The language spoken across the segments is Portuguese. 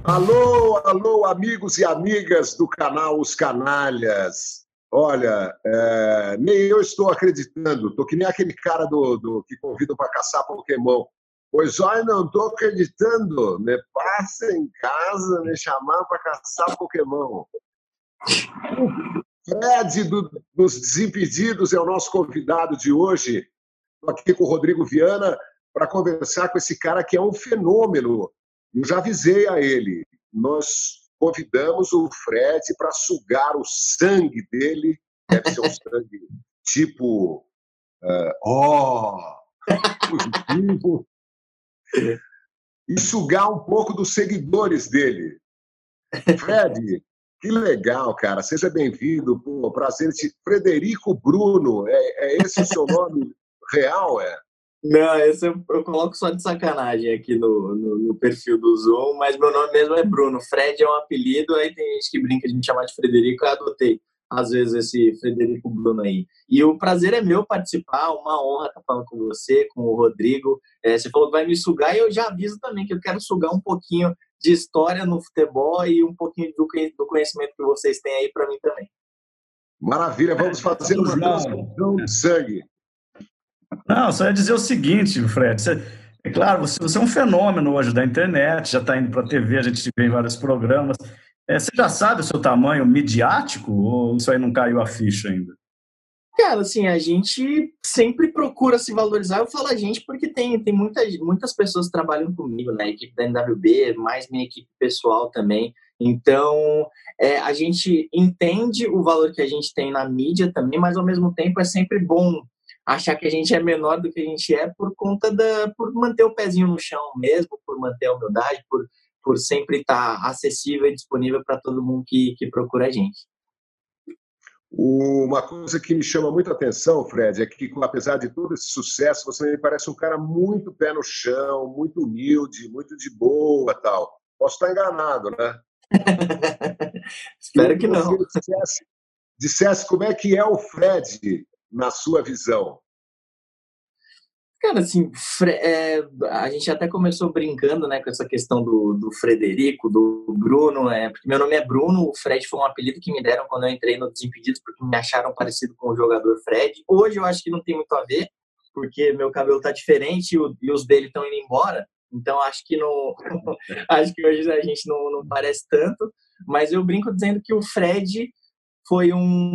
Alô, alô, amigos e amigas do canal Os Canalhas. Olha, nem eu estou acreditando. Estou que nem aquele cara do que convidam para caçar Pokémon. Pois olha, não estou acreditando. Me passa em casa, me chamar para caçar Pokémon. O Fred dos Desimpedidos é o nosso convidado de hoje. Estou aqui com o Rodrigo Viana para conversar com esse cara que é um fenômeno. Eu já avisei a ele. Nós convidamos o Fred para sugar o sangue dele. Deve ser um sangue tipo positivo. E sugar um pouco dos seguidores dele. Fred, que legal, cara. Seja bem-vindo. Pô, prazer. Frederico Bruno, é esse o seu nome real? Não, esse eu coloco só de sacanagem aqui no perfil do Zoom, mas meu nome mesmo é Bruno. Fred é um apelido, aí tem gente que brinca de me chamar de Frederico, eu adotei, às vezes, esse Frederico Bruno aí. E o prazer é meu participar, uma honra estar falando com você, com o Rodrigo. Você falou que vai me sugar e eu já aviso também que eu quero sugar um pouquinho de história no futebol e um pouquinho do conhecimento que vocês têm aí para mim também. Maravilha, vamos fazer uma transfusão de sangue. Não, só ia dizer o seguinte, Fred, é claro, você é um fenômeno hoje da internet, já está indo para a TV, a gente te vê em vários programas. Você já sabe o seu tamanho midiático ou isso aí não caiu a ficha ainda? Cara, assim, a gente sempre procura se valorizar. Eu falo a gente porque tem muitas pessoas que trabalham comigo, né? A equipe da NWB, mais minha equipe pessoal também. Então, a gente entende o valor que a gente tem na mídia também, mas ao mesmo tempo é sempre bom achar que a gente é menor do que a gente é por manter o pezinho no chão mesmo, por manter a humildade, por sempre estar acessível e disponível para todo mundo que procura a gente. Uma coisa que me chama muita atenção, Fred, é que, apesar de todo esse sucesso, você me parece um cara muito pé no chão, muito humilde, muito de boa, tal. Posso estar enganado, né? Espero que não. Dissesse como é que é o Fred na sua visão. Cara, assim, a gente até começou brincando, né, com essa questão do Frederico, do Bruno, porque meu nome é Bruno, o Fred foi um apelido que me deram quando eu entrei no Desimpedidos, porque me acharam parecido com o jogador Fred. Hoje eu acho que não tem muito a ver, porque meu cabelo tá diferente e os dele estão indo embora, então acho que não, acho que hoje a gente não parece tanto, mas eu brinco dizendo que o Fred foi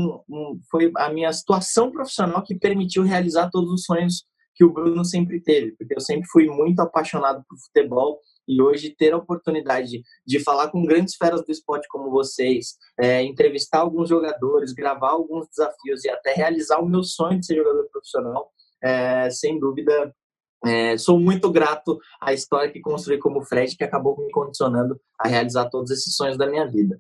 a minha situação profissional que permitiu realizar todos os sonhos que o Bruno sempre teve, porque eu sempre fui muito apaixonado por futebol e hoje ter a oportunidade de falar com grandes feras do esporte como vocês, entrevistar alguns jogadores, gravar alguns desafios e até realizar o meu sonho de ser jogador profissional, sem dúvida, sou muito grato à história que construí como Fred, que acabou me condicionando a realizar todos esses sonhos da minha vida.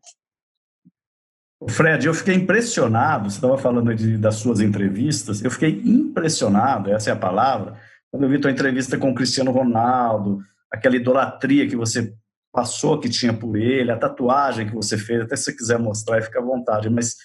Fred, eu fiquei impressionado, você estava falando das suas entrevistas, eu fiquei impressionado, essa é a palavra, quando eu vi tua entrevista com o Cristiano Ronaldo, aquela idolatria que você passou, que tinha por ele, a tatuagem que você fez, até se você quiser mostrar, fica à vontade, mas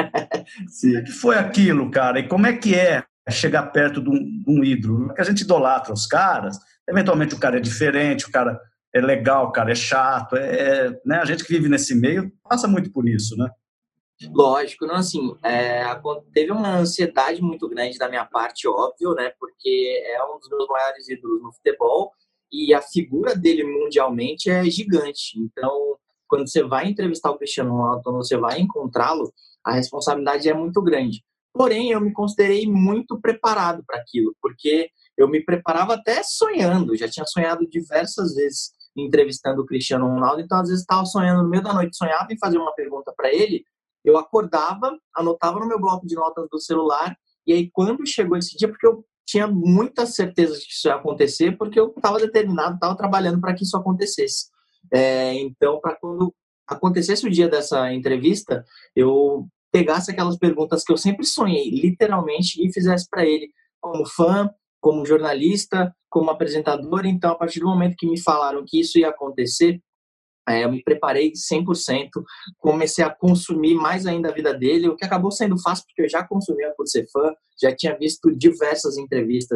o que foi aquilo, cara? E como é que é chegar perto de um ídolo? Porque a gente idolatra os caras, eventualmente o cara é diferente, o cara é legal, o cara é chato, né? A gente que vive nesse meio passa muito por isso, né? Lógico, não, assim, teve uma ansiedade muito grande da minha parte, óbvio, né, porque é um dos meus maiores ídolos no futebol e a figura dele mundialmente é gigante. Então, quando você vai entrevistar o Cristiano Ronaldo, quando você vai encontrá-lo, a responsabilidade é muito grande. Porém, eu me considerei muito preparado para aquilo, porque eu me preparava até sonhando, já tinha sonhado diversas vezes entrevistando o Cristiano Ronaldo, então às vezes estava sonhando no meio da noite, sonhava em fazer uma pergunta para ele. Eu acordava, anotava no meu bloco de notas do celular, e aí quando chegou esse dia, porque eu tinha muita certeza de que isso ia acontecer, porque eu estava determinado, estava trabalhando para que isso acontecesse. Então, para quando acontecesse o dia dessa entrevista, eu pegasse aquelas perguntas que eu sempre sonhei, literalmente, e fizesse para ele, como fã, como jornalista, como apresentador. Então, a partir do momento que me falaram que isso ia acontecer, eu me preparei 100%, comecei a consumir mais ainda a vida dele, o que acabou sendo fácil porque eu já consumia por ser fã, já tinha visto diversas entrevistas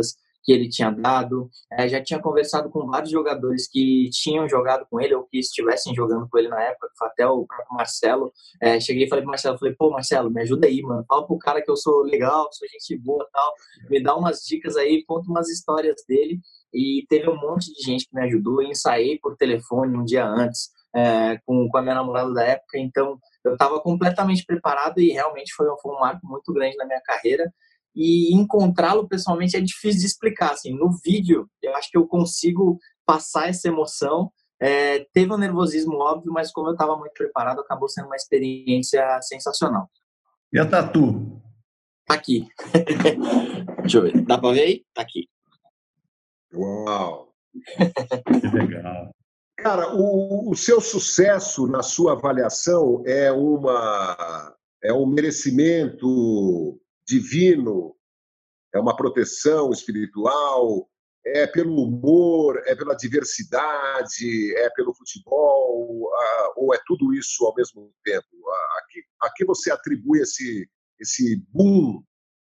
que ele tinha dado. Já tinha conversado com vários jogadores que tinham jogado com ele ou que estivessem jogando com ele na época, que foi até o próprio Marcelo. Cheguei e falei pro Marcelo, pô, Marcelo, me ajuda aí, mano. Fala pro cara que eu sou legal, sou gente boa e tal. Me dá umas dicas aí, conta umas histórias dele. E teve um monte de gente que me ajudou. Eu ensaiei por telefone um dia antes, com a minha namorada da época. Então, eu estava completamente preparado e realmente foi um marco muito grande na minha carreira. E encontrá-lo pessoalmente é difícil de explicar. Assim, no vídeo, eu acho que eu consigo passar essa emoção. Teve um nervosismo óbvio, mas como eu estava muito preparado, acabou sendo uma experiência sensacional. E a tatu? Tá aqui. Deixa eu ver. Dá para ver aí? Tá aqui. Uau! Que legal. Cara, o seu sucesso na sua avaliação é um merecimento divino, é uma proteção espiritual, é pelo humor, é pela diversidade, é pelo futebol, ou é tudo isso ao mesmo tempo? A que você atribui esse boom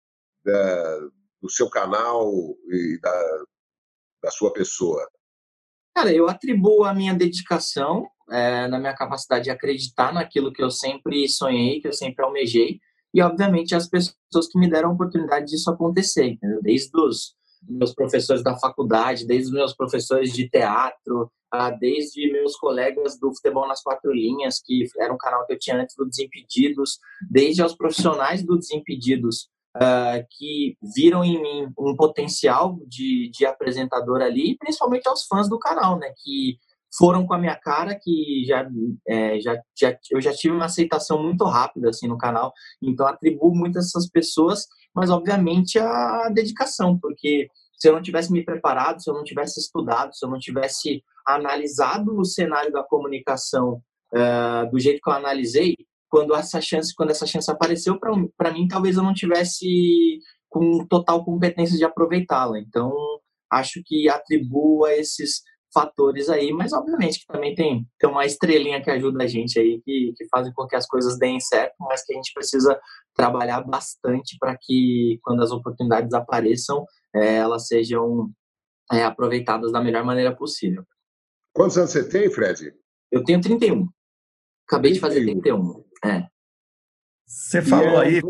do seu canal e da sua pessoa? Cara, eu atribuo a minha dedicação, na minha capacidade de acreditar naquilo que eu sempre sonhei, que eu sempre almejei, e, obviamente, as pessoas que me deram a oportunidade disso acontecer, entendeu? Desde os meus professores da faculdade, desde os meus professores de teatro, desde meus colegas do Futebol nas Quatro Linhas, que era um canal que eu tinha antes do Desimpedidos, desde aos profissionais do Desimpedidos, que viram em mim um potencial de apresentador ali, e principalmente aos fãs do canal, né, que foram com a minha cara, que eu já tive uma aceitação muito rápida assim no canal, então atribuo muito a essas pessoas, mas obviamente a dedicação, porque se eu não tivesse me preparado, se eu não tivesse estudado, se eu não tivesse analisado o cenário da comunicação do jeito que eu analisei, quando essa chance apareceu para mim, talvez eu não tivesse com total competência de aproveitá-la. Então, acho que atribuo a esses fatores aí, mas obviamente que também tem uma estrelinha que ajuda a gente aí, que fazem com que as coisas deem certo, mas que a gente precisa trabalhar bastante para que, quando as oportunidades apareçam, elas sejam aproveitadas da melhor maneira possível. Quantos anos você tem, Fred? Eu tenho 31. Acabei de fazer 31. Você falou aí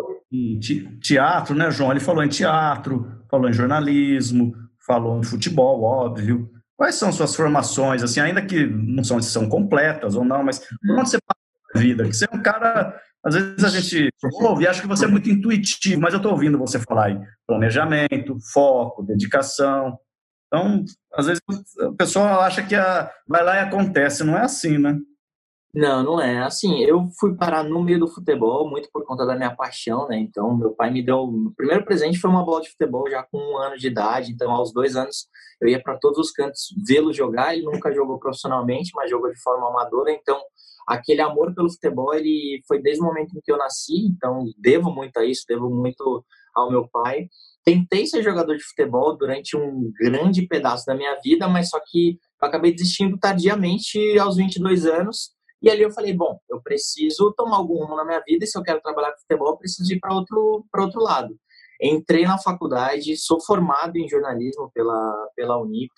em teatro, né, João? Ele falou em teatro, falou em jornalismo, falou em futebol, óbvio. Quais são suas formações, assim, ainda que não são completas ou não, mas por onde você passa na vida? Que você é um cara, às vezes a gente ouve e acha que você é muito intuitivo, mas eu estou ouvindo você falar aí planejamento, foco, dedicação. Então, às vezes o pessoal acha que vai lá e acontece, não é assim, né? Não, não é. Assim, eu fui parar no meio do futebol muito por conta da minha paixão, né? Então, meu pai me deu... O primeiro presente foi uma bola de futebol já com 1 ano de idade. Então, aos 2 anos, eu ia para todos os cantos vê-lo jogar. Ele nunca jogou profissionalmente, mas jogou de forma amadora. Então, aquele amor pelo futebol, ele foi desde o momento em que eu nasci. Então, devo muito a isso, devo muito ao meu pai. Tentei ser jogador de futebol durante um grande pedaço da minha vida, mas só que eu acabei desistindo tardiamente aos 22 anos. E ali eu falei, bom, eu preciso tomar algum rumo na minha vida e se eu quero trabalhar com futebol, eu preciso ir para outro lado. Entrei na faculdade, sou formado em jornalismo pela Unip,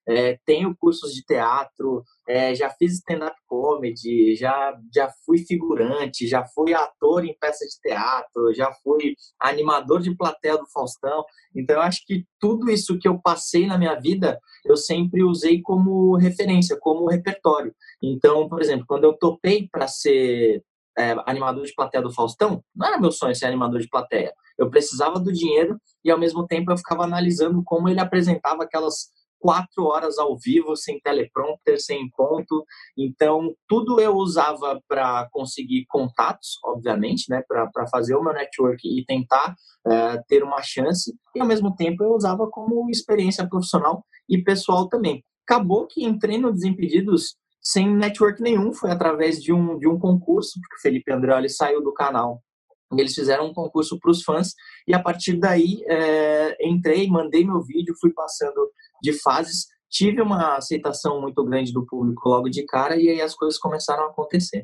tenho cursos de teatro, já fiz stand-up comedy, já fui figurante, já fui ator em peça de teatro, já fui animador de plateia do Faustão. Então, eu acho que tudo isso que eu passei na minha vida, eu sempre usei como referência, como repertório. Então, por exemplo, quando eu topei para ser animador de plateia do Faustão, não era meu sonho ser animador de plateia. Eu precisava do dinheiro e, ao mesmo tempo, eu ficava analisando como ele apresentava aquelas 4 horas ao vivo, sem teleprompter, sem ponto. Então, tudo eu usava para conseguir contatos, obviamente, né, para fazer o meu network e tentar ter uma chance. E, ao mesmo tempo, eu usava como experiência profissional e pessoal também. Acabou que entrei no Desimpedidos sem network nenhum, foi através de um concurso, porque o Felipe Andreoli saiu do canal. Eles fizeram um concurso para os fãs e, a partir daí, entrei, mandei meu vídeo, fui passando de fases, tive uma aceitação muito grande do público logo de cara e aí as coisas começaram a acontecer.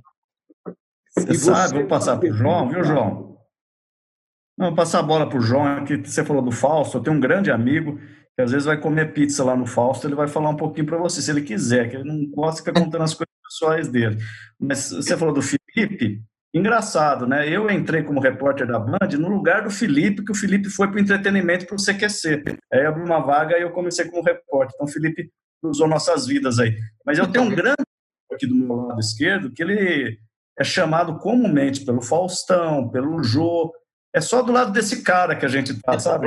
Você sabe, vou passar para o João, viu, João? Não, vou passar a bola para o João, que você falou do Fausto, eu tenho um grande amigo que às vezes vai comer pizza lá no Fausto, ele vai falar um pouquinho para você, se ele quiser, que ele não gosta de ficar contando as coisas pessoais dele. Mas você falou do Felipe, engraçado, né? Eu entrei como repórter da Band no lugar do Felipe, que o Felipe foi para o entretenimento para o CQC. Aí abriu uma vaga e eu comecei como repórter. Então o Felipe cruzou nossas vidas aí. Mas eu tenho um grande aqui do meu lado esquerdo, que ele é chamado comumente pelo Faustão, pelo Jô. É só do lado desse cara que a gente tá, sabe?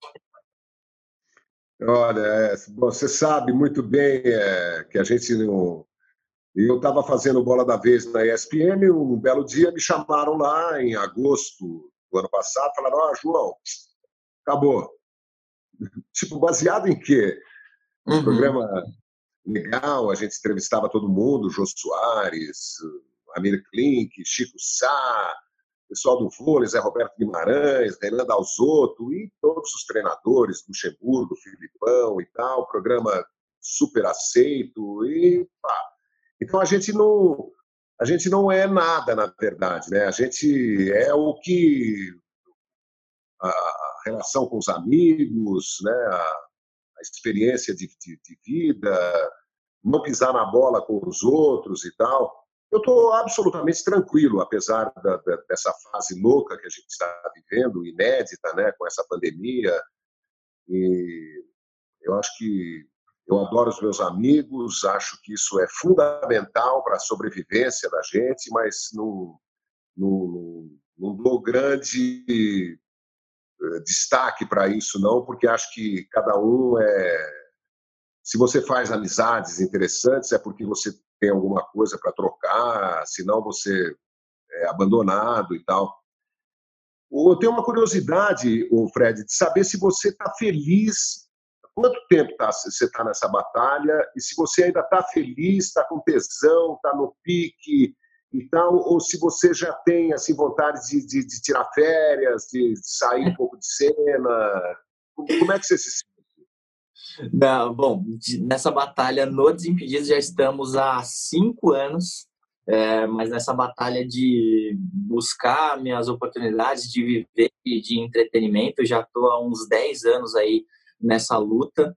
Olha, você sabe muito bem que a gente não. Eu estava fazendo Bola da Vez na ESPN, um belo dia me chamaram lá em agosto do ano passado, falaram: "Ó, João, acabou." Tipo, baseado em quê? Um programa legal, a gente entrevistava todo mundo, Jô Soares, Amir Klink, Chico Sá, pessoal do vôlei, Zé Roberto Guimarães, Renan Dalzotto e todos os treinadores, Luxemburgo, Filipão e tal, programa super aceito e pá. Então a gente não é nada, na verdade, né? A gente é o que a relação com os amigos, né? A experiência de vida, não pisar na bola com os outros e tal. Eu estou absolutamente tranquilo, apesar dessa fase louca que a gente está vivendo, inédita, né, com essa pandemia. E eu acho que eu adoro os meus amigos, acho que isso é fundamental para a sobrevivência da gente, mas não dou grande destaque para isso, não, porque acho que cada um é. Se você faz amizades interessantes, é porque você tem alguma coisa para trocar, senão você é abandonado e tal. Eu tenho uma curiosidade, Fred, de saber se você está feliz. Quanto tempo você está nessa batalha? E se você ainda está feliz, está com tesão, está no pique e tal, ou se você já tem assim, vontade de tirar férias, de sair um pouco de cena? Como é que você se sente? Não, bom, nessa batalha no Desimpedidos já estamos há 5 anos, mas nessa batalha de buscar minhas oportunidades de viver e de entretenimento, já estou há uns 10 anos aí nessa luta.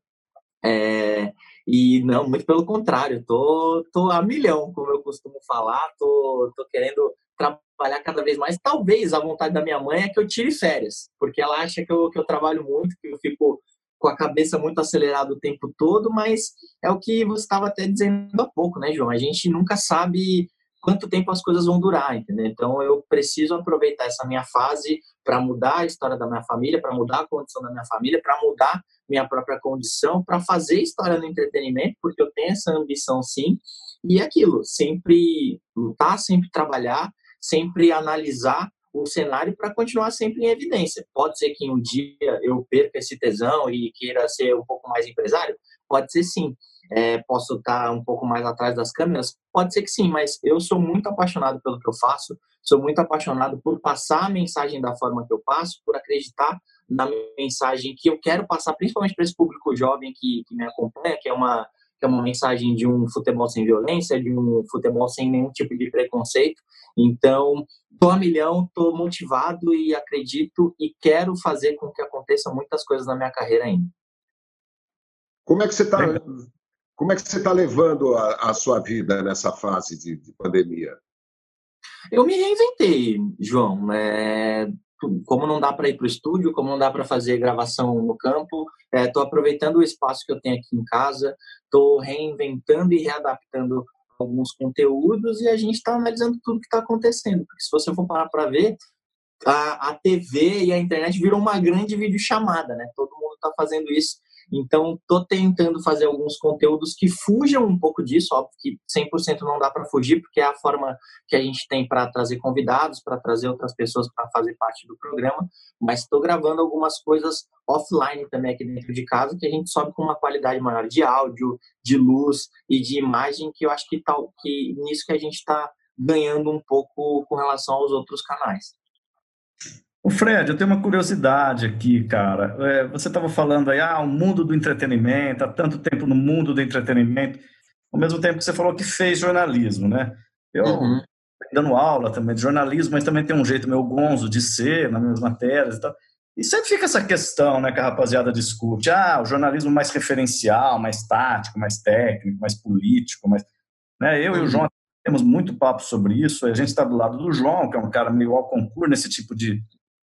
E não, muito pelo contrário, tô a milhão, como eu costumo falar, tô querendo trabalhar cada vez mais. Talvez a vontade da minha mãe é que eu tire férias, porque ela acha que eu trabalho muito, que eu fico com a cabeça muito acelerada o tempo todo, mas é o que você estava até dizendo há pouco, né, João? A gente nunca sabe quanto tempo as coisas vão durar, entendeu? Então eu preciso aproveitar essa minha fase para mudar a história da minha família, para mudar a condição da minha família, para mudar minha própria condição, para fazer história no entretenimento, porque eu tenho essa ambição sim, e é aquilo, sempre lutar, sempre trabalhar, sempre analisar o cenário para continuar sempre em evidência. Pode ser que um dia eu perca esse tesão e queira ser um pouco mais empresário? Pode ser sim. Posso estar um pouco mais atrás das câmeras? Pode ser que sim, mas eu sou muito apaixonado pelo que eu faço, sou muito apaixonado por passar a mensagem da forma que eu passo, por acreditar na mensagem que eu quero passar, principalmente para esse público jovem que me acompanha, que é uma mensagem de um futebol sem violência, de um futebol sem nenhum tipo de preconceito. Então, tô a milhão, tô motivado e acredito e quero fazer com que aconteçam muitas coisas na minha carreira ainda. Como é que você está levando a sua vida nessa fase de pandemia? Eu me reinventei, João. Como não dá para ir para o estúdio, como não dá para fazer gravação no campo, estou aproveitando o espaço que eu tenho aqui em casa, estou reinventando e readaptando alguns conteúdos e a gente está analisando tudo que está acontecendo. Porque se você for parar para ver, a TV e a internet virou uma grande videochamada, né? Todo mundo está fazendo isso. Então, estou tentando fazer alguns conteúdos que fujam um pouco disso. Óbvio que 100% não dá para fugir, porque é a forma que a gente tem para trazer convidados, para trazer outras pessoas para fazer parte do programa. Mas estou gravando algumas coisas offline também aqui dentro de casa, que a gente sobe com uma qualidade maior de áudio, de luz e de imagem, que eu acho que nisso que a gente está ganhando um pouco com relação aos outros canais. O Fred, eu tenho uma curiosidade aqui, cara. Você estava falando aí, o mundo do entretenimento, há tanto tempo no mundo do entretenimento, ao mesmo tempo que você falou que fez jornalismo, né? Eu, dando aula também de jornalismo, mas também tem um jeito meio gonzo de ser, nas minhas matérias e tal. E sempre fica essa questão, né, que a rapaziada discute. O jornalismo mais referencial, mais tático, mais técnico, mais político. Né, eu e o João temos muito papo sobre isso. A gente está do lado do João, que é um cara meio ao concurso nesse tipo de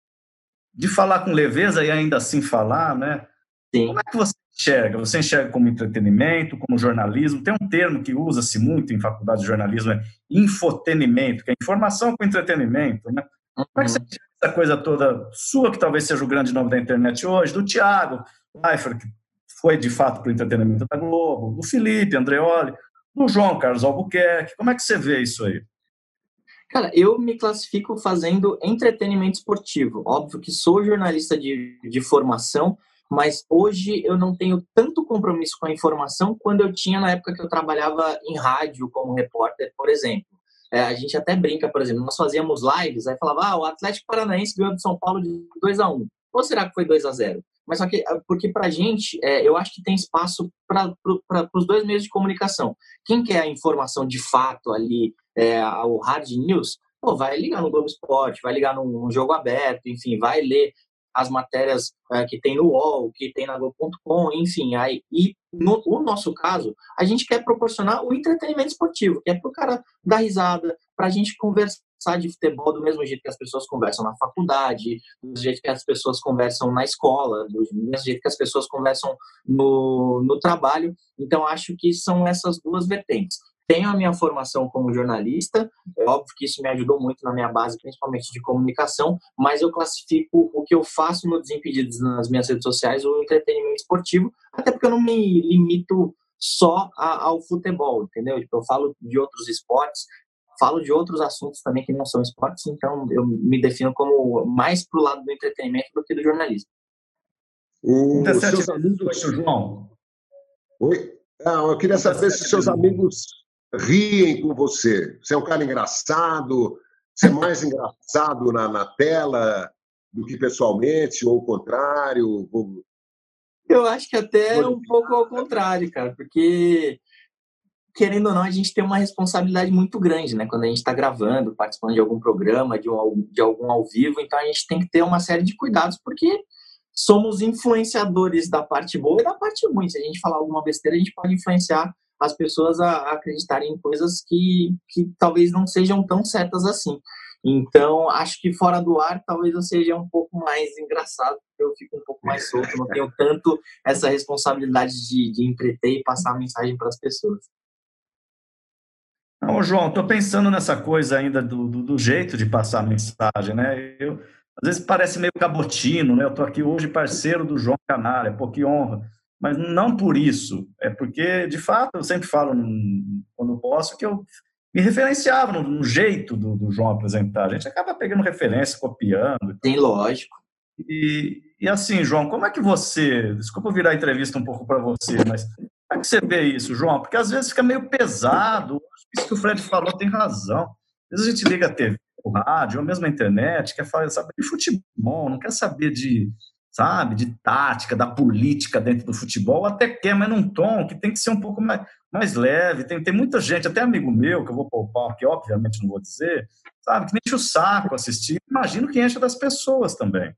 falar com leveza e ainda assim falar, né? Sim. Como é que você enxerga? Você enxerga como entretenimento, como jornalismo? Tem um termo que usa-se muito em faculdade de jornalismo, é infotenimento, que é informação com entretenimento, né? Como é que você enxerga essa coisa toda sua, que talvez seja o grande nome da internet hoje, do Thiago Leifert, que foi de fato para o entretenimento da Globo, do Felipe Andreoli, do João Carlos Albuquerque? Como é que você vê isso aí? Cara, eu me classifico fazendo entretenimento esportivo. Óbvio que sou jornalista de formação, mas hoje eu não tenho tanto compromisso com a informação quando eu tinha na época que eu trabalhava em rádio como repórter, por exemplo. A gente até brinca, por exemplo, nós fazíamos lives, aí falava, o Atlético Paranaense ganhou do São Paulo de 2-1. Ou será que foi 2-0? Mas só que, porque pra gente, eu acho que tem espaço para os dois meios de comunicação. Quem quer a informação de fato ali, o hard news, vai ligar no Globo Esporte, vai ligar num Jogo Aberto, enfim, vai ler as matérias que tem no UOL, que tem na Globo.com, enfim. E no nosso caso, a gente quer proporcionar o entretenimento esportivo, que é para o cara dar risada, para a gente conversar de futebol do mesmo jeito que as pessoas conversam na faculdade, do jeito que as pessoas conversam na escola, do mesmo jeito que as pessoas conversam no trabalho. Então, acho que são essas duas vertentes. Tenho a minha formação como jornalista, é óbvio que isso me ajudou muito na minha base, principalmente de comunicação, mas eu classifico o que eu faço no Desimpedidos nas minhas redes sociais, o entretenimento esportivo, até porque eu não me limito só ao futebol, entendeu? Eu falo de outros esportes, falo de outros assuntos também que não são esportes, então eu me defino como mais pro lado do entretenimento do que do jornalismo. Os seus amigos, João? Oi? Eu queria saber se seus amigos riem com você. Você é um cara engraçado? Você é mais engraçado na tela do que pessoalmente, ou o contrário? Eu acho que até um pouco ao contrário, cara, porque, querendo ou não, a gente tem uma responsabilidade muito grande, né? Quando a gente está gravando, participando de algum programa, de algum ao vivo, então a gente tem que ter uma série de cuidados, porque somos influenciadores da parte boa e da parte ruim. Se a gente falar alguma besteira, a gente pode influenciar as pessoas a acreditarem em coisas que talvez não sejam tão certas assim. Então, acho que fora do ar, talvez eu seja um pouco mais engraçado, porque eu fico um pouco mais solto, não tenho tanto essa responsabilidade de entreter e passar a mensagem para as pessoas. Não, João, estou pensando nessa coisa ainda do jeito de passar a mensagem, né? Às vezes parece meio cabotino, né? Eu estou aqui hoje parceiro do João Canalha, pô, que honra. Mas não por isso, é porque, de fato, eu sempre falo, quando posso, que eu me referenciava no jeito do João apresentar. A gente acaba pegando referência, copiando. Tem, lógico. E assim, João, como é que você... Desculpa eu virar a entrevista um pouco para você, mas como é que você vê isso, João? Porque às vezes fica meio pesado. Isso que o Fred falou tem razão. Às vezes a gente liga a TV, o rádio, ou mesmo a internet, quer saber de futebol, não quer saber de tática, da política dentro do futebol, até quer, mas num tom que tem que ser um pouco mais leve. Tem muita gente, até amigo meu, que eu vou poupar, que obviamente não vou dizer, que me enche o saco assistir. Imagino que enche das pessoas também.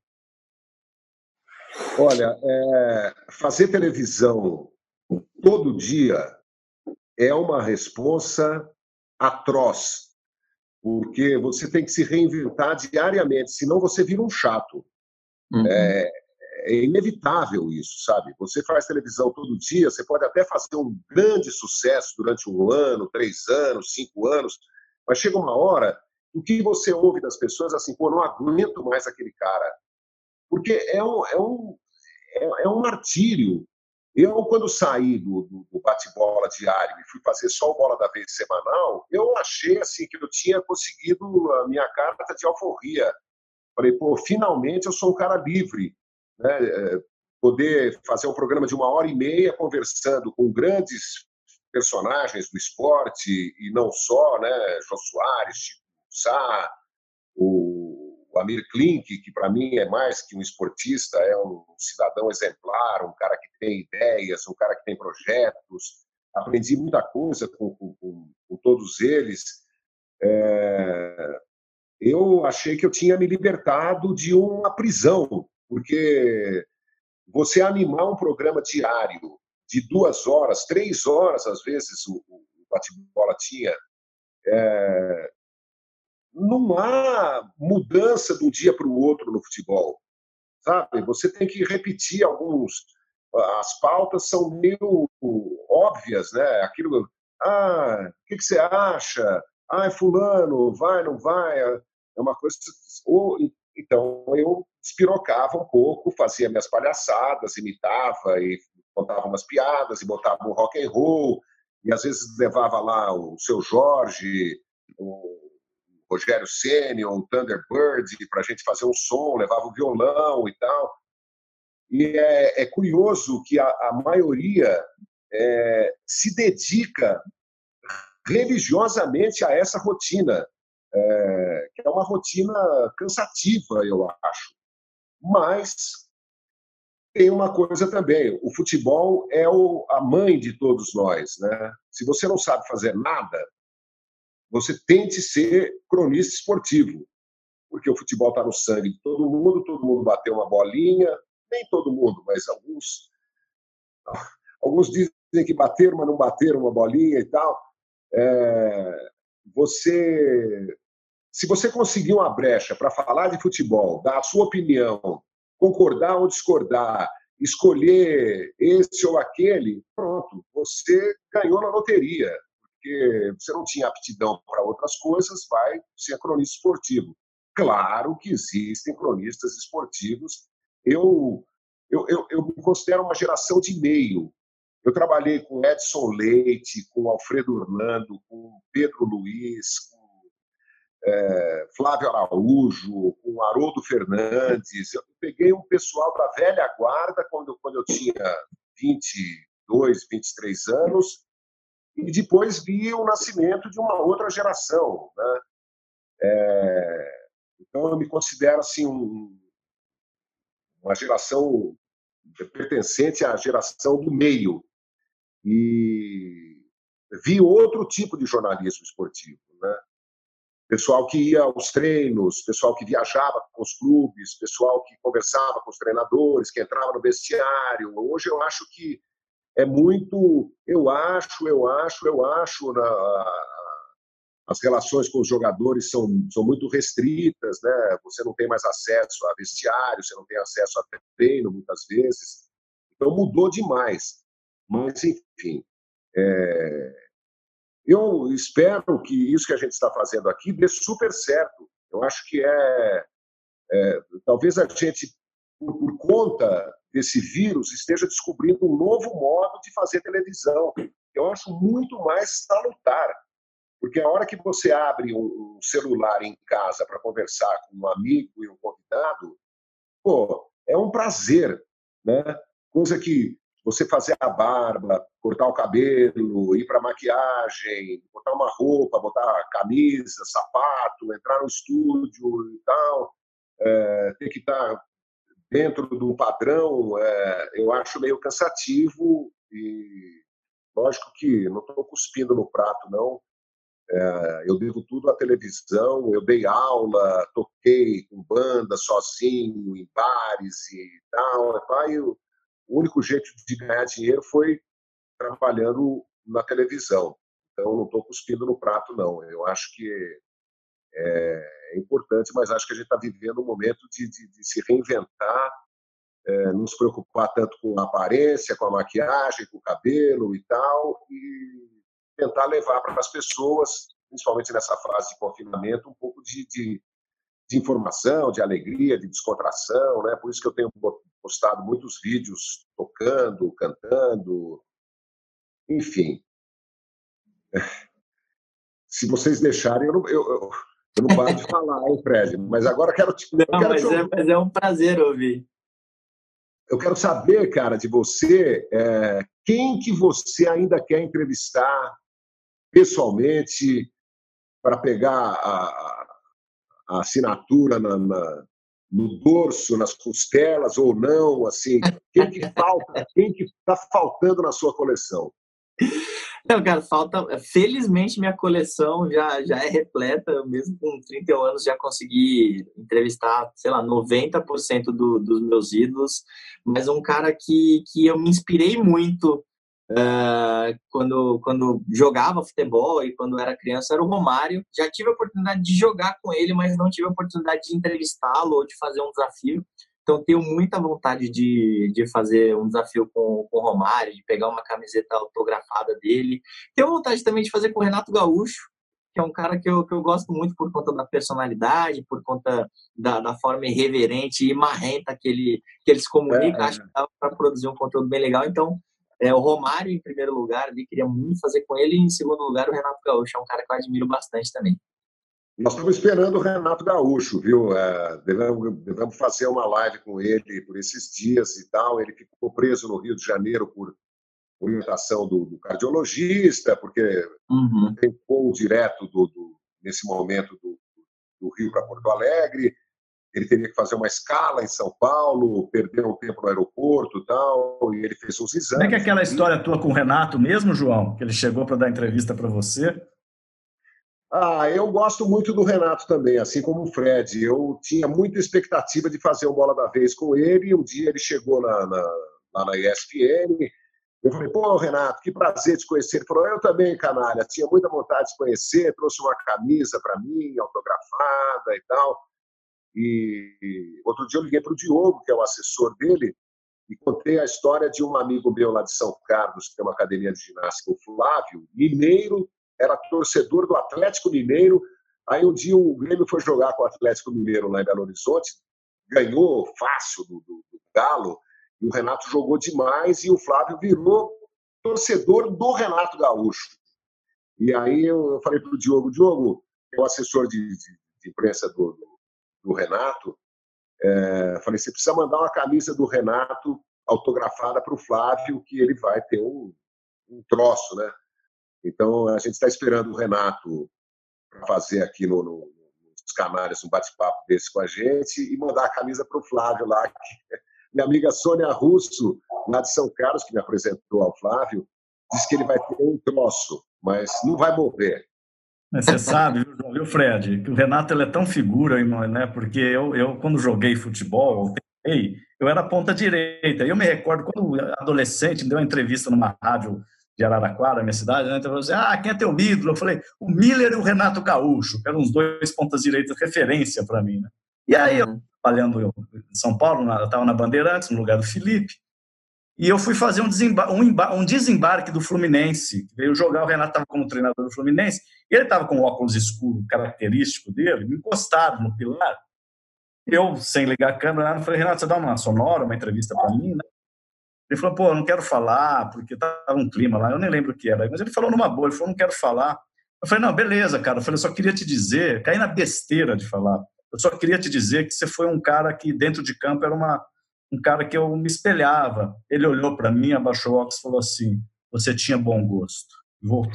Olha, fazer televisão todo dia é uma responsa atroz, porque você tem que se reinventar diariamente, senão você vira um chato. Uhum. É inevitável isso, sabe? Você faz televisão todo dia, você pode até fazer um grande sucesso durante 1 ano, 3 anos, 5 anos, mas chega uma hora, o que você ouve das pessoas assim, pô, não aguento mais aquele cara. Porque é um martírio. Eu, quando saí do bate-bola diário e fui fazer só o Bola da Vez semanal, eu achei assim, que eu tinha conseguido a minha carta de alforria. Falei, pô, finalmente eu sou um cara livre, né? Poder fazer um programa de 1h30 conversando com grandes personagens do esporte, e não só, né? Jô Soares, Chico Sá, o Amir Klink, que para mim é mais que um esportista, é um cidadão exemplar, um cara que tem ideias, um cara que tem projetos. Aprendi muita coisa com todos eles. Eu achei que eu tinha me libertado de uma prisão, porque você animar um programa diário de 2 horas, 3 horas, às vezes, o bate-bola tinha, não há mudança de um dia para o outro no futebol, sabe? Você tem que repetir alguns. As pautas são meio óbvias, né? Aquilo, o que você acha? Fulano, vai, não vai? É uma coisa. Então, eu despirocava um pouco, fazia minhas palhaçadas, imitava e contava umas piadas e botava um rock and roll, e às vezes levava lá o Seu Jorge, o Rogério Ceni, o Thunderbird, para a gente fazer um som, levava o violão e tal. E é curioso que a maioria se dedica religiosamente a essa rotina, que é uma rotina cansativa, eu acho. Mas tem uma coisa também, o futebol é a mãe de todos nós, né? Se você não sabe fazer nada, você tente ser cronista esportivo, porque o futebol está no sangue de todo mundo bateu uma bolinha, nem todo mundo, mas alguns dizem que bateram, mas não bateram uma bolinha e tal. Se você conseguir uma brecha para falar de futebol, dar a sua opinião, concordar ou discordar, escolher esse ou aquele, pronto, você ganhou na loteria, porque você não tinha aptidão para outras coisas, vai ser cronista esportivo. Claro que existem cronistas esportivos. Eu me considero uma geração de meio. Eu trabalhei com Edson Leite, com Alfredo Orlando, com Pedro Luiz, com Flávio Araújo, com Haroldo Fernandes. Eu peguei um pessoal da velha guarda quando eu tinha 22, 23 anos, e depois vi o nascimento de uma outra geração, né? Então, eu me considero assim, uma geração pertencente à geração do meio. E vi outro tipo de jornalismo esportivo, né? Pessoal que ia aos treinos, pessoal que viajava com os clubes, pessoal que conversava com os treinadores, que entrava no vestiário. Hoje eu acho que é muito... Eu acho, as relações com os jogadores são muito restritas, né? Você não tem mais acesso a vestiário, você não tem acesso a treino, muitas vezes. Então, mudou demais. Mas, enfim, eu espero que isso que a gente está fazendo aqui dê super certo. Eu acho que talvez a gente, por conta desse vírus, esteja descobrindo um novo modo de fazer televisão. Eu acho muito mais salutar. Porque a hora que você abre um celular em casa para conversar com um amigo e um convidado, é um prazer, né? Coisa que você fazer a barba, cortar o cabelo, ir para a maquiagem, botar uma roupa, botar camisa, sapato, entrar no estúdio e tal, ter que estar dentro de um padrão, eu acho meio cansativo e lógico que não estou cuspindo no prato, não. Eu devo tudo à televisão, eu dei aula, toquei com banda, sozinho, em bares e tal. E o único jeito de ganhar dinheiro foi trabalhando na televisão. Então, não estou cuspindo no prato, não. Eu acho que é importante, mas acho que a gente está vivendo um momento de se reinventar, não se preocupar tanto com a aparência, com a maquiagem, com o cabelo e tal, e tentar levar para as pessoas, principalmente nessa fase de confinamento, um pouco de informação, de alegria, de descontração, né? Por isso que eu tenho postado muitos vídeos tocando, cantando, enfim. Se vocês deixarem, eu não paro de falar, hein, Fred? Mas agora mas é um prazer ouvir. Eu quero saber, cara, de você, quem que você ainda quer entrevistar pessoalmente para pegar a assinatura no dorso, nas costelas ou não, assim, quem que falta, quem que está faltando na sua coleção? Não, cara, falta. Felizmente, minha coleção já é repleta. Eu mesmo com 31 anos já consegui entrevistar, sei lá, 90% dos meus ídolos. Mas um cara que eu me inspirei muito quando jogava futebol e quando era criança era o Romário. Já tive a oportunidade de jogar com ele, mas não tive a oportunidade de entrevistá-lo ou de fazer um desafio. Então, tenho muita vontade de fazer um desafio com o Romário, de pegar uma camiseta autografada dele. Tenho vontade também de fazer com o Renato Gaúcho, que é um cara que eu gosto muito por conta da personalidade, por conta da forma irreverente e marrenta que ele se comunica. Acho que dá para produzir um conteúdo bem legal. Então, o Romário em primeiro lugar, ali, queria muito fazer com ele. E em segundo lugar, o Renato Gaúcho, é um cara que eu admiro bastante também. Nós estamos esperando o Renato Gaúcho, viu? Devemos fazer uma live com ele por esses dias e tal. Ele ficou preso no Rio de Janeiro por orientação do cardiologista, porque tem voo direto nesse momento do Rio para Porto Alegre. Ele teria que fazer uma escala em São Paulo, perder um tempo no aeroporto e tal, e ele fez uns exames. Como é que é aquela história tua com o Renato mesmo, João? Que ele chegou para dar entrevista para você? Eu gosto muito do Renato também, assim como o Fred. Eu tinha muita expectativa de fazer o Bola da Vez com ele, e um dia ele chegou lá na ESPN. Eu falei, pô, Renato, que prazer te conhecer. Ele falou, eu também, canalha, tinha muita vontade de conhecer, trouxe uma camisa para mim, autografada e tal. E outro dia eu liguei para o Diogo, que é o assessor dele, e contei a história de um amigo meu lá de São Carlos, que tem uma academia de ginástica, o Flávio, mineiro, era torcedor do Atlético Mineiro. Aí um dia o Grêmio foi jogar com o Atlético Mineiro lá em Belo Horizonte, ganhou fácil do Galo, e o Renato jogou demais, e o Flávio virou torcedor do Renato Gaúcho. E aí eu falei para o Diogo, que é o assessor de imprensa do Renato, falei, você precisa mandar uma camisa do Renato autografada para o Flávio, que ele vai ter um troço, né? Então, a gente está esperando o Renato para fazer aqui nos canais um bate-papo desse com a gente e mandar a camisa para o Flávio lá. Minha amiga Sônia Russo, lá de São Carlos, que me apresentou ao Flávio, disse que ele vai ter um troço, mas não vai morrer. Mas você sabe, viu, Fred, que o Renato ele é tão figura, né? Porque eu quando joguei futebol, eu era ponta direita. Eu me recordo, quando adolescente, deu uma entrevista numa rádio de Araraquara, minha cidade, né? Então, eu falei, quem é teu ídolo? Eu falei, o Miller e o Renato Gaúcho, que eram os dois pontas direitas, referência para mim, né? E aí, eu trabalhando em São Paulo, eu estava na Bandeirantes, no lugar do Felipe, e eu fui fazer um desembarque do Fluminense. Veio jogar, o Renato estava como treinador do Fluminense, e ele estava com o óculos escuro característico dele, me encostaram no pilar. Eu, sem ligar a câmera, eu falei, Renato, você dá uma sonora, uma entrevista para mim, né? Ele falou, pô, eu não quero falar, porque estava um clima lá, eu nem lembro o que era. Mas ele falou numa boa, ele falou, não quero falar. Eu falei, não, beleza, cara. Eu falei, eu só queria te dizer, caí na besteira de falar. Eu só queria te dizer que você foi um cara que, dentro de campo, era um cara que eu me espelhava. Ele olhou para mim, abaixou o óculos e falou assim, você tinha bom gosto. Voltou.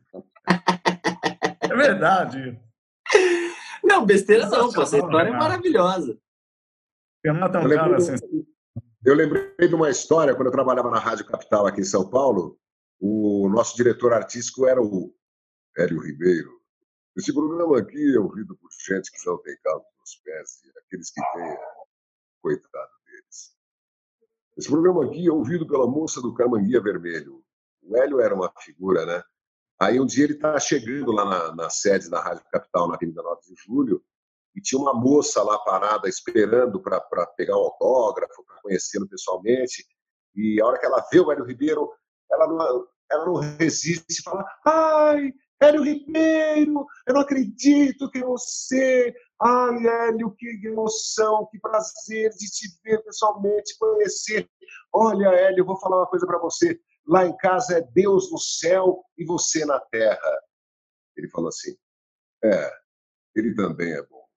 É verdade. Não, besteira não, pô, essa história é maravilhosa. Renato é um cara assim... Eu lembrei de uma história, quando eu trabalhava na Rádio Capital aqui em São Paulo, o nosso diretor artístico era o Hélio Ribeiro. Esse programa aqui é ouvido por gente que não tem caldo nos pés, e aqueles que têm, coitado deles. Esse programa aqui é ouvido pela moça do Camanguia Vermelho. O Hélio era uma figura, né? Aí um dia ele está chegando lá na sede da Rádio Capital, na Avenida 9 de Julho, e tinha uma moça lá parada esperando para pegar um autógrafo, para conhecê-lo pessoalmente. E a hora que ela vê o Hélio Ribeiro, ela não resiste e fala, ai, Hélio Ribeiro, eu não acredito que você... Ai, Hélio, que emoção, que prazer de te ver pessoalmente, conhecer. Olha, Hélio, eu vou falar uma coisa para você. Lá em casa é Deus no céu e você na terra. Ele falou assim, ele também é bom.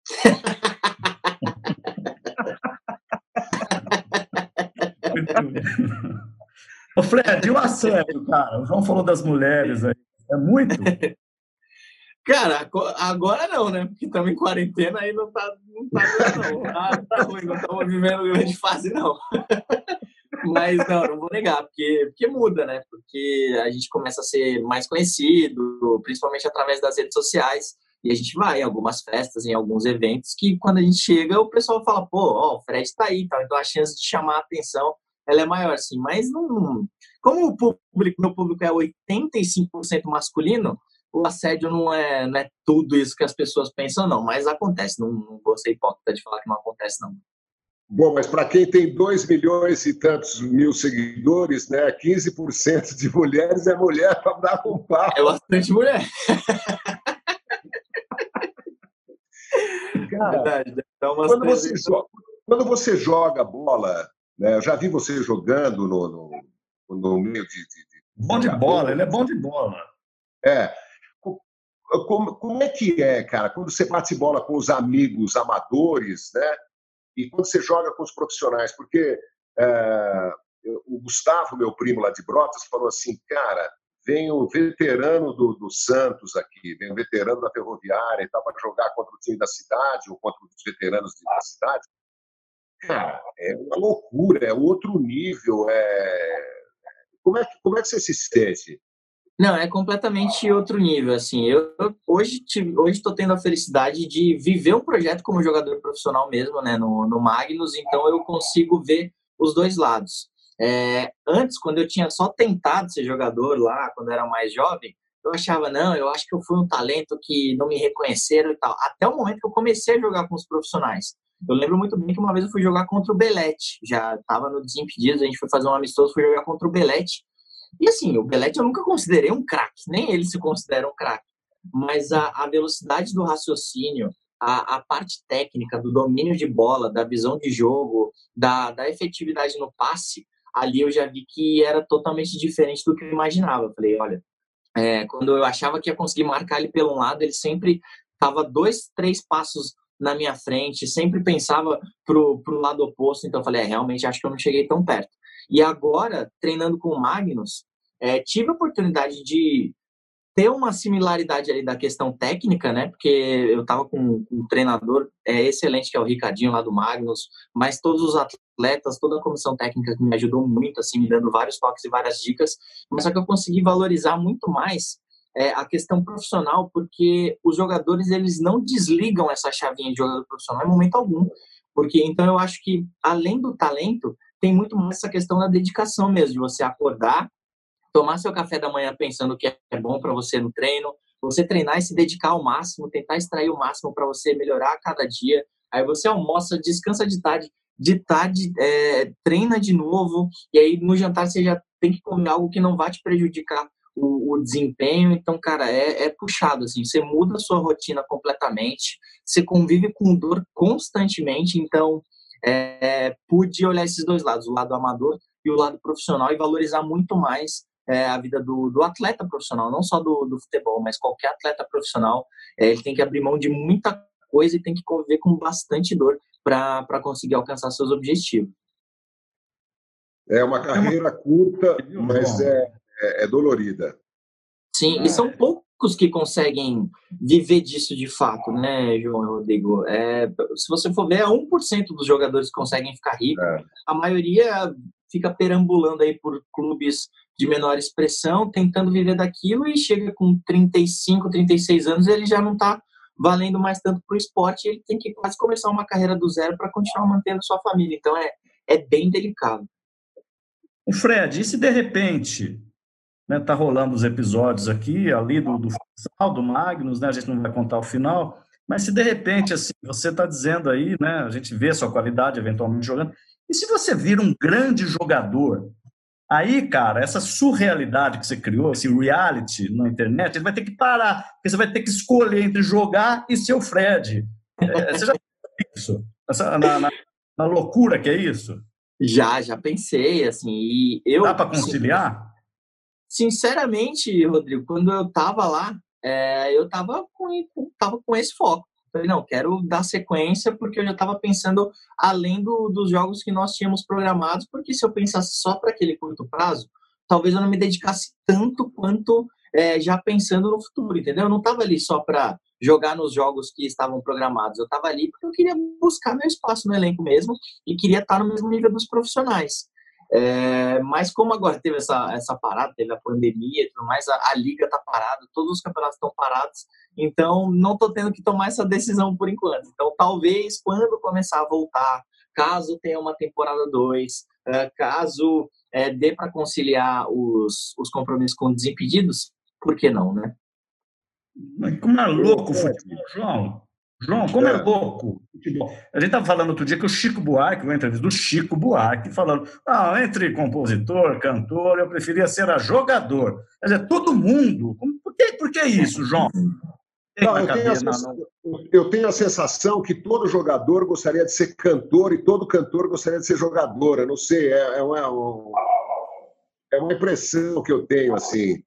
Ô Fred, e o assédio, cara? O João falou das mulheres aí. É muito? Cara, agora não, né? Porque estamos em quarentena, aí não tá ruim, não estamos vivendo grande fase, não. Mas não vou negar, porque muda, né? Porque a gente começa a ser mais conhecido, principalmente através das redes sociais, e a gente vai em algumas festas, em alguns eventos, que quando a gente chega, o pessoal fala, pô, ó, o Fred tá aí, tal. Então a chance de chamar a atenção, ela é maior, assim. Mas não... Como meu público é 85% masculino, o assédio não é tudo isso que as pessoas pensam, não. Mas acontece, não vou ser hipócrita de falar que não acontece, não. Bom, mas para quem tem 2 milhões e tantos mil seguidores, né, 15% de mulheres é mulher para dar um pau. É bastante mulher. Cara, verdade. Quando você joga bola, né, eu já vi você jogando no meio de bom de bola, ele é bom de bola. Como é que é, cara, quando você bate bola com os amigos amadores, né? E quando você joga com os profissionais, porque o Gustavo, meu primo lá de Brotas, falou assim, cara, vem o veterano do Santos aqui, vem o veterano da Ferroviária e tal, para jogar contra o time da cidade ou contra os veteranos da cidade. Cara, é uma loucura, é outro nível. Como é que você se sente? Não, é completamente outro nível, assim. Eu hoje estou tendo a felicidade de viver um projeto como jogador profissional mesmo, né, no Magnus, então eu consigo ver os dois lados. Antes, quando eu tinha só tentado ser jogador lá, quando eu era mais jovem, eu achava, não, eu acho que eu fui um talento que não me reconheceram e tal. Até o momento que eu comecei a jogar com os profissionais. Eu lembro muito bem que uma vez eu fui jogar contra o Belete, já estava no Desimpedidos, a gente foi fazer um amistoso, fui jogar contra o Belete. E assim, o Belete eu nunca considerei um craque, nem ele se considera um craque. Mas a velocidade do raciocínio, a parte técnica, do domínio de bola, da visão de jogo, da efetividade no passe, ali eu já vi que era totalmente diferente do que eu imaginava. Eu falei, olha, quando eu achava que ia conseguir marcar ele pelo lado, ele sempre estava 2, 3 passos na minha frente, sempre pensava pro lado oposto. Então eu falei, realmente acho que eu não cheguei tão perto. E agora, treinando com o Magnus, tive a oportunidade de ter uma similaridade ali da questão técnica, né? Porque eu estava com um treinador excelente, que é o Ricardinho lá do Magnus, mas todos os atletas, toda a comissão técnica que me ajudou muito, assim, me dando vários toques e várias dicas, mas só que eu consegui valorizar muito mais a questão profissional, porque os jogadores, eles não desligam essa chavinha de jogador profissional em momento algum. Porque, então, eu acho que, além do talento, tem muito mais essa questão da dedicação mesmo, de você acordar, tomar seu café da manhã pensando que é bom para você no treino, você treinar e se dedicar ao máximo, tentar extrair o máximo para você melhorar a cada dia. Aí você almoça, descansa de tarde treina de novo, e aí no jantar você já tem que comer algo que não vai te prejudicar o desempenho. Então, cara, é puxado, assim, você muda a sua rotina completamente, você convive com dor constantemente. Então, pude olhar esses dois lados, o lado amador e o lado profissional, e valorizar muito mais a vida do atleta profissional, não só do futebol, mas qualquer atleta profissional. Ele tem que abrir mão de muita coisa e tem que conviver com bastante dor para conseguir alcançar seus objetivos. É uma carreira curta, mas é dolorida. Sim, e são poucos que conseguem viver disso de fato, né, João e Rodrigo? Se você for ver, 1% dos jogadores conseguem ficar ricos. A maioria fica perambulando aí por clubes de menor expressão, tentando viver daquilo, e chega com 35, 36 anos, ele já não está valendo mais tanto para o esporte, ele tem que quase começar uma carreira do zero para continuar mantendo sua família. Então, é bem delicado. O Fred, e se de repente, né, tá rolando os episódios aqui, ali do final, do Magnus, né, a gente não vai contar o final, mas se de repente, assim, você está dizendo aí, né, a gente vê a sua qualidade eventualmente jogando, e se você vira um grande jogador, aí, cara, essa surrealidade que você criou, esse reality na internet, ele vai ter que parar, porque você vai ter que escolher entre jogar e ser o Fred. Você já pensou isso? Na loucura que é isso? Já pensei, assim, e eu... Dá para conciliar? Sinceramente, Rodrigo, quando eu estava lá, eu estava com esse foco. Falei, não, quero dar sequência, porque eu já estava pensando além dos jogos que nós tínhamos programados, porque se eu pensasse só para aquele curto prazo, talvez eu não me dedicasse tanto quanto já pensando no futuro, entendeu? Eu não estava ali só para jogar nos jogos que estavam programados, eu estava ali porque eu queria buscar meu espaço no elenco mesmo e queria estar no mesmo nível dos profissionais. Mas como agora teve essa parada, teve a pandemia e tudo mais, a liga está parada, todos os campeonatos estão parados, então não estou tendo que tomar essa decisão por enquanto. Então talvez quando começar a voltar, caso tenha uma temporada 2, caso dê para conciliar os compromissos com Desimpedidos, por que não, né? Mas como é louco o futebol, João. João, como é louco o futebol. A gente estava falando outro dia que o Chico Buarque, uma entrevista do Chico Buarque, falando, entre compositor, cantor, eu preferia ser jogador. Quer dizer, todo mundo. Por que isso, João? Não, eu tenho a sensação que todo jogador gostaria de ser cantor e todo cantor gostaria de ser jogador. Eu não sei, é uma impressão que eu tenho, assim.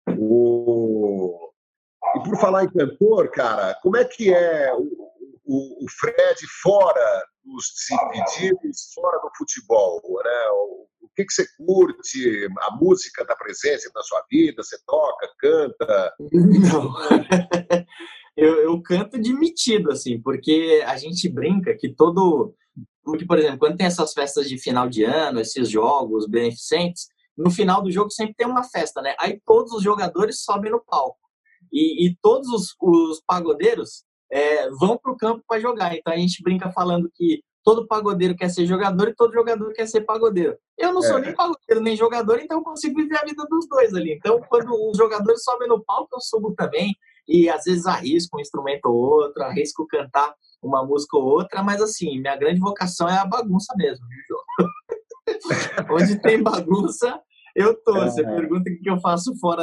E por falar em cantor, cara, como é que é o Fred fora dos Desimpedidos, fora do futebol? Né? O que você curte? A música está presente na sua vida? Você toca, canta? Não. Eu canto de metido, assim, porque a gente brinca que Porque, por exemplo, quando tem essas festas de final de ano, esses jogos beneficentes, no final do jogo sempre tem uma festa, né? Aí todos os jogadores sobem no palco. E todos os pagodeiros vão para o campo para jogar. Então a gente brinca falando que todo pagodeiro quer ser jogador e todo jogador quer ser pagodeiro. Eu não sou nem pagodeiro nem jogador, então eu consigo viver a vida dos dois ali. Então quando os jogadores sobem no palco, eu subo também. E às vezes arrisco um instrumento ou outro, arrisco cantar uma música ou outra, mas assim, minha grande vocação é a bagunça mesmo, viu, João? Onde tem bagunça, eu tô. Você pergunta o que eu faço fora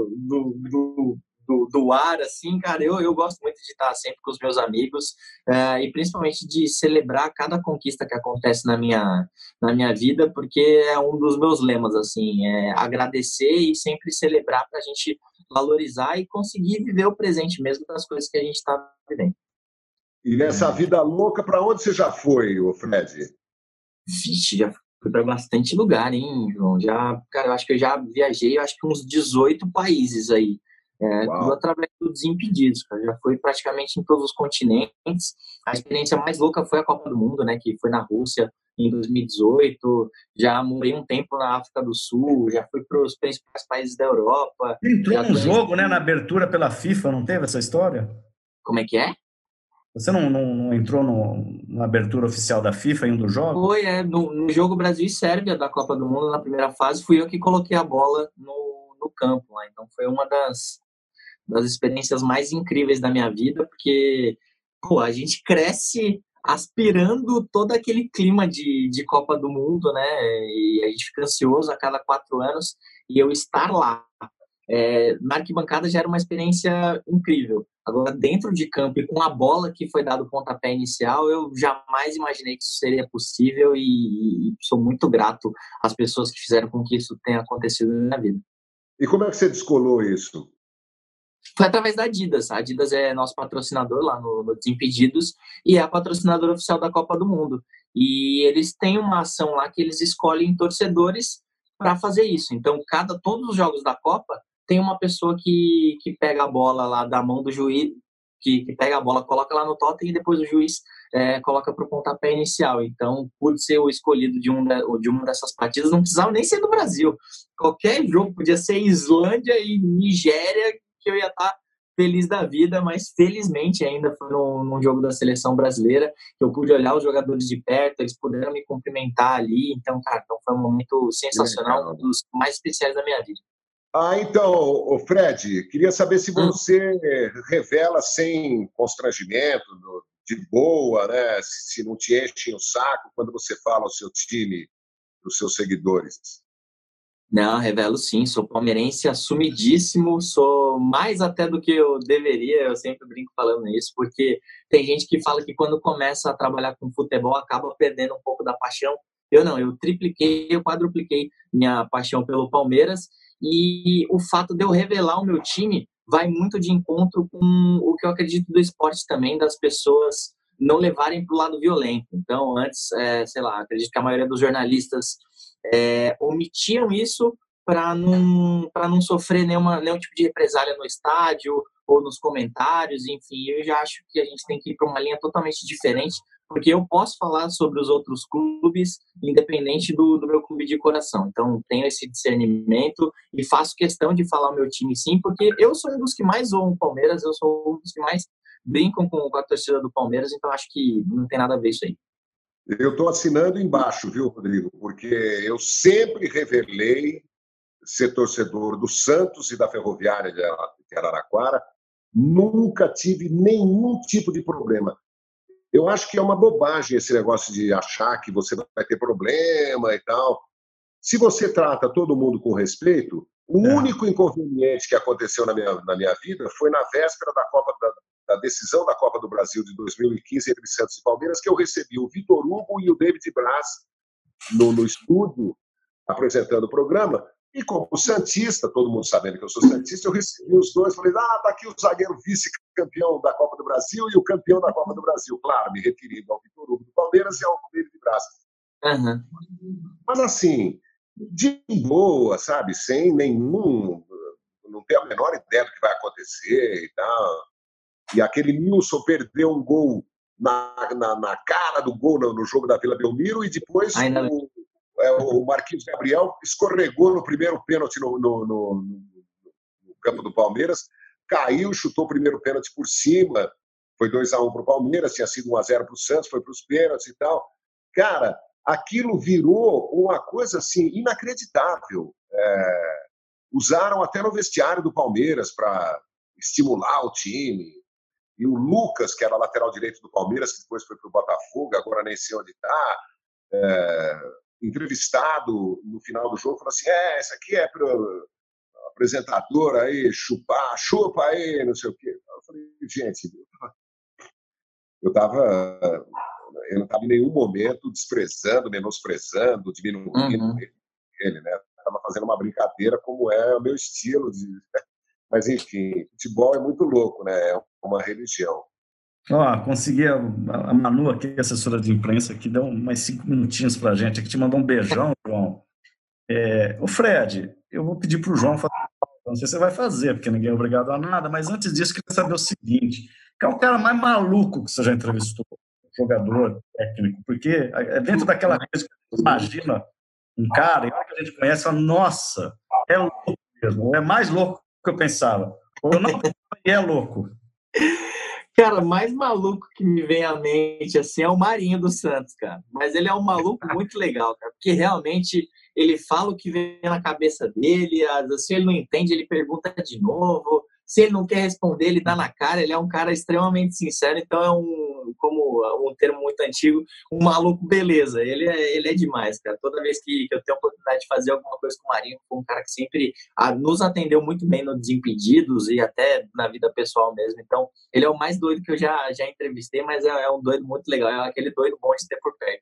do ar, assim, cara, eu gosto muito de estar sempre com os meus amigos e principalmente de celebrar cada conquista que acontece na minha vida, porque é um dos meus lemas, assim, agradecer e sempre celebrar para a gente valorizar e conseguir viver o presente mesmo das coisas que a gente está vivendo. E nessa vida louca, para onde você já foi, Fred? Vixe, já fui para bastante lugar, hein, João? Cara, eu acho que eu já viajei, acho que uns 18 países aí. Tudo através do Desimpedidos, cara. Já fui praticamente em todos os continentes. A experiência mais louca foi a Copa do Mundo, né? Que foi na Rússia em 2018. Já morei um tempo na África do Sul. Já fui para os principais países da Europa. Entrou num jogo, né? Na abertura pela FIFA, não teve essa história? Como é que é? Você não entrou na abertura oficial da FIFA em um dos jogos? Foi, no jogo Brasil e Sérvia da Copa do Mundo, na primeira fase, fui eu que coloquei a bola no campo. Né? Então foi uma das experiências mais incríveis da minha vida, porque a gente cresce aspirando todo aquele clima de Copa do Mundo, né? E a gente fica ansioso a cada 4 anos, e eu estar lá na arquibancada já era uma experiência incrível. Agora, dentro de campo e com a bola que foi dado o pontapé inicial, eu jamais imaginei que isso seria possível e sou muito grato às pessoas que fizeram com que isso tenha acontecido na minha vida. E como é que você descolou isso? Foi através da Adidas. A Adidas é nosso patrocinador lá no Desimpedidos e é a patrocinadora oficial da Copa do Mundo. E eles têm uma ação lá que eles escolhem torcedores para fazer isso. Então, todos os jogos da Copa tem uma pessoa que pega a bola lá da mão do juiz, que pega a bola, coloca lá no totem e depois o juiz coloca para o pontapé inicial. Então, por ser o escolhido de uma dessas partidas, não precisava nem ser do Brasil. Qualquer jogo, podia ser Islândia e Nigéria, que eu ia estar feliz da vida, mas felizmente ainda foi num jogo da seleção brasileira que eu pude olhar os jogadores de perto, eles puderam me cumprimentar ali, então, cara, foi um momento sensacional, um dos mais especiais da minha vida. Então, Fred, queria saber se você revela sem constrangimento, de boa, né? Se não te enchem o saco quando você fala ao seu time, dos seus seguidores. Não, revelo sim, sou palmeirense assumidíssimo, sou mais até do que eu deveria, eu sempre brinco falando isso, porque tem gente que fala que quando começa a trabalhar com futebol acaba perdendo um pouco da paixão. Eu não, eu tripliquei, eu quadrupliquei minha paixão pelo Palmeiras, e o fato de eu revelar o meu time vai muito de encontro com o que eu acredito do esporte também, das pessoas não levarem para o lado violento. Então, antes, acredito que a maioria dos jornalistas omitiam isso para não sofrer nenhum tipo de represália no estádio ou nos comentários, enfim. Eu já acho que a gente tem que ir para uma linha totalmente diferente, porque eu posso falar sobre os outros clubes, independente do meu clube de coração. Então, tenho esse discernimento e faço questão de falar o meu time sim, porque eu sou um dos que mais zoam o Palmeiras, eu sou um dos que mais brincam com a torcida do Palmeiras, então acho que não tem nada a ver isso aí. Eu estou assinando embaixo, viu, Rodrigo? Porque eu sempre revelei ser torcedor do Santos e da Ferroviária de Araraquara. Nunca tive nenhum tipo de problema. Eu acho que é uma bobagem esse negócio de achar que você vai ter problema e tal. Se você trata todo mundo com respeito, o único inconveniente que aconteceu na minha vida foi na véspera da decisão da Copa do Brasil de 2015 entre Santos e Palmeiras, que eu recebi o Vitor Hugo e o David Braz no estúdio apresentando o programa. E como santista, todo mundo sabendo que eu sou santista, eu recebi os dois, falei, tá aqui o zagueiro vice-campeão da Copa do Brasil e o campeão da Copa do Brasil. Claro, me referindo ao Vitor Hugo do Palmeiras e ao David Braz. Uhum. Mas assim, de boa, sabe? Sem nenhum... Não tenho a menor ideia do que vai acontecer e tal. E aquele Nilson perdeu um gol na cara do gol no jogo da Vila Belmiro e depois o Marquinhos Gabriel escorregou no primeiro pênalti no campo do Palmeiras, caiu, chutou o primeiro pênalti por cima, foi 2-1 para o Palmeiras, tinha sido 1-0 para o Santos, foi para os pênaltis e tal. Cara, aquilo virou uma coisa assim inacreditável. Usaram até no vestiário do Palmeiras para estimular o time. E o Lucas, que era lateral direito do Palmeiras, que depois foi para o Botafogo, agora nem sei onde está, entrevistado no final do jogo, falou assim, esse aqui é para o apresentador aí chupar, chupa aí, não sei o quê. Eu falei, gente, eu não estava em nenhum momento desprezando, menosprezando, diminuindo ele, né? Estava fazendo uma brincadeira como é o meu estilo. Mas, enfim, futebol é muito louco, né? É uma religião. Consegui a Manu aqui, assessora de imprensa, que deu mais 5 minutinhos para a gente, que te mandou um beijão, João. O Fred, eu vou pedir para o João fazer, não sei se você vai fazer, porque ninguém é obrigado a nada, mas antes disso, eu queria saber o seguinte, que é o cara mais maluco que você já entrevistou, jogador, técnico, porque é dentro daquela coisa que você imagina um cara, e a hora que a gente conhece, fala, nossa, é louco mesmo, é mais louco do que eu pensava. Ou não, é louco. Cara, mais maluco que me vem à mente assim é o Marinho dos Santos, cara. Mas ele é um maluco muito legal, cara, porque realmente ele fala o que vem na cabeça dele, se ele não entende, ele pergunta de novo. Se ele não quer responder, ele dá na cara. Ele é um cara extremamente sincero, então é como um termo muito antigo, um maluco beleza. Ele é demais, cara. Toda vez que eu tenho a oportunidade de fazer alguma coisa com o Marinho, foi um cara que sempre nos atendeu muito bem no Desimpedidos e até na vida pessoal mesmo. Então, ele é o mais doido que eu já entrevistei, mas é um doido muito legal. É aquele doido bom de ter por perto.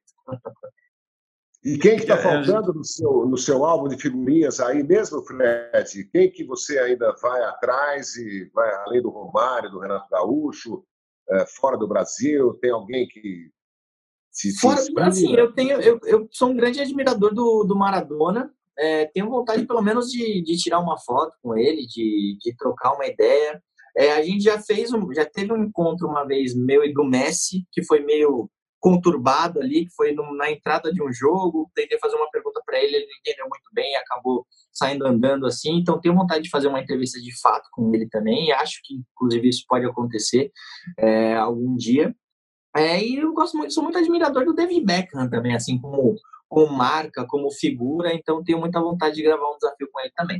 E quem que está faltando no seu álbum de figurinhas aí mesmo, Fred? Quem que você ainda vai atrás e vai além do Romário, do Renato Gaúcho, fora do Brasil? Tem alguém que se inspira? Assim, eu sou um grande admirador do Maradona. Tenho vontade, pelo menos, de tirar uma foto com ele, de trocar uma ideia. A gente já teve um encontro uma vez meu e do Messi, que foi meio conturbado ali, que foi na entrada de um jogo. Tentei fazer uma pergunta para ele, ele não entendeu muito bem e acabou saindo andando assim. Então, tenho vontade de fazer uma entrevista de fato com ele também. E acho que, inclusive, isso pode acontecer algum dia. E eu sou muito admirador do David Beckham também, assim, como marca, como figura. Então, tenho muita vontade de gravar um desafio com ele também.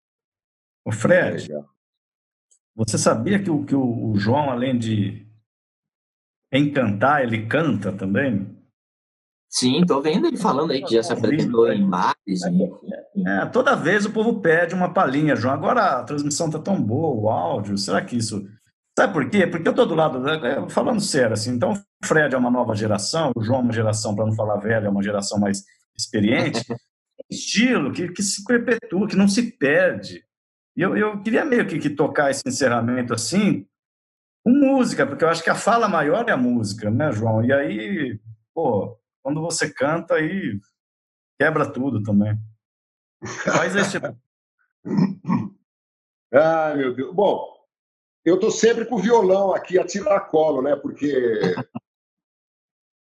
O Fred, você sabia que o João, além de encantar, ele canta também? Sim, tô vendo ele falando aí que já se apresentou em bares. Toda vez o povo pede uma palhinha, João. Agora a transmissão tá tão boa, o áudio, será que isso... Sabe por quê? Porque eu tô do lado, falando sério, assim, então o Fred é uma nova geração, o João é uma geração, para não falar velha, é uma geração mais experiente, estilo que se perpetua, que não se perde. E eu queria meio que tocar esse encerramento assim, com música, porque eu acho que a fala maior é a música, né, João? E aí, quando você canta, aí quebra tudo também. Faz esse... Ai, meu Deus. Bom, eu estou sempre com o violão aqui a tiracolo, né? Porque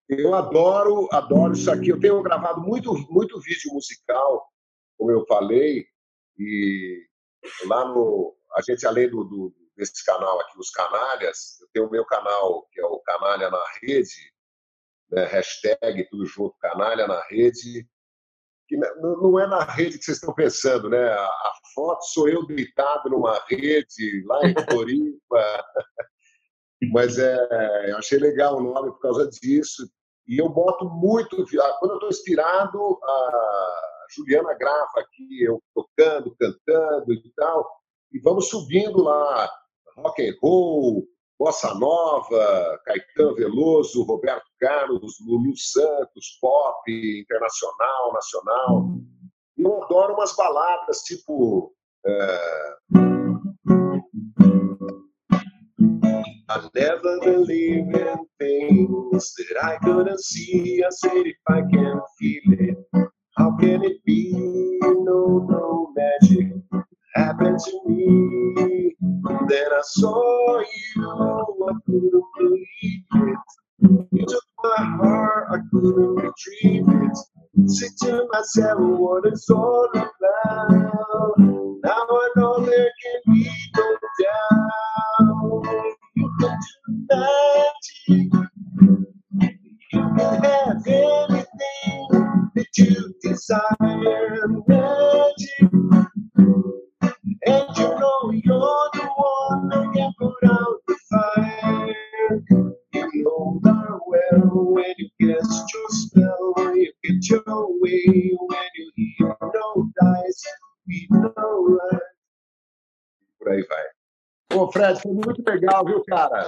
Eu adoro isso aqui. Eu tenho gravado muito vídeo musical, como eu falei, e lá no... A gente, além desse canal aqui, Os Canalhas, eu tenho o meu canal, que é o Canalha na Rede, né, hashtag tudo junto, Canalha na Rede, que não é na rede que vocês estão pensando, né? A foto sou eu deitado numa rede lá em Floripa, mas eu achei legal o nome por causa disso. E eu boto muito, quando eu estou inspirado, a Juliana grava aqui, eu tocando, cantando e tal, e vamos subindo lá, rock and roll, bossa nova, Caetano Veloso, Roberto Carlos, Lulu Santos, pop, internacional, nacional. E eu adoro umas baladas, tipo... I never believed in things that I couldn't see. I said, if I can't feel it, how can it be? No magic happened to me. Then I saw you, I couldn't believe it. You took my heart, I couldn't retrieve it. Said to myself, what it's all about. Now I know there can be no doubt. You can do magic. You can have anything that you desire. Magic. And you know you're the one that can put out the fire. You know darn well when you cast your spell, when you get your way, when you hypnotize, we know right. Por aí vai. Pô, Fred, foi muito legal, viu, cara?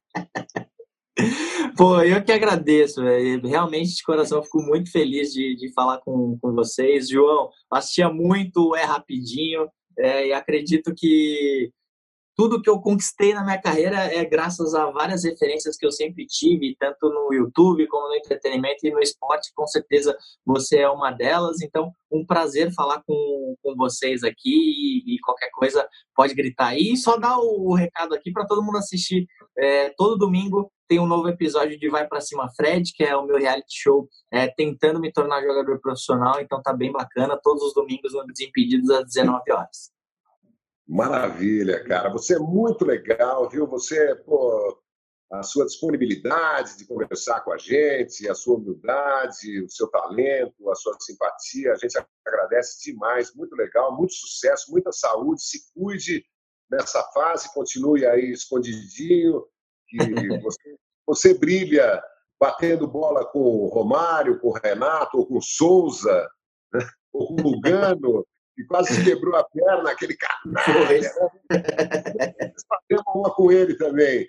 Pô, eu que agradeço, véio. Realmente, de coração, fico muito feliz de falar com vocês. João, assistia muito, é rapidinho, e acredito que tudo que eu conquistei na minha carreira é graças a várias referências que eu sempre tive, tanto no YouTube como no entretenimento e no esporte. Com certeza você é uma delas. Então, um prazer falar com vocês aqui e qualquer coisa pode gritar aí. E só dar o recado aqui para todo mundo assistir. Todo domingo tem um novo episódio de Vai Pra Cima Fred, que é o meu reality show tentando me tornar jogador profissional. Então tá bem bacana, todos os domingos no Desimpedidos às 19 horas. Maravilha, cara. Você é muito legal, viu? Você, pô, a sua disponibilidade de conversar com a gente, a sua humildade, o seu talento, a sua simpatia, a gente agradece demais. Muito legal, muito sucesso, muita saúde. Se cuide nessa fase, continue aí escondidinho, que você brilha batendo bola com o Romário, com o Renato, ou com o Souza, né? Ou com o Lugano, que quase se quebrou a perna, aquele canalha. Fazemos uma com ele também.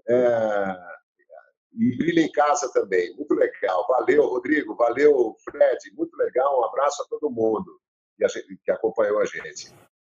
E brilha em casa também. Muito legal. Valeu, Rodrigo. Valeu, Fred. Muito legal. Um abraço a todo mundo que acompanhou a gente.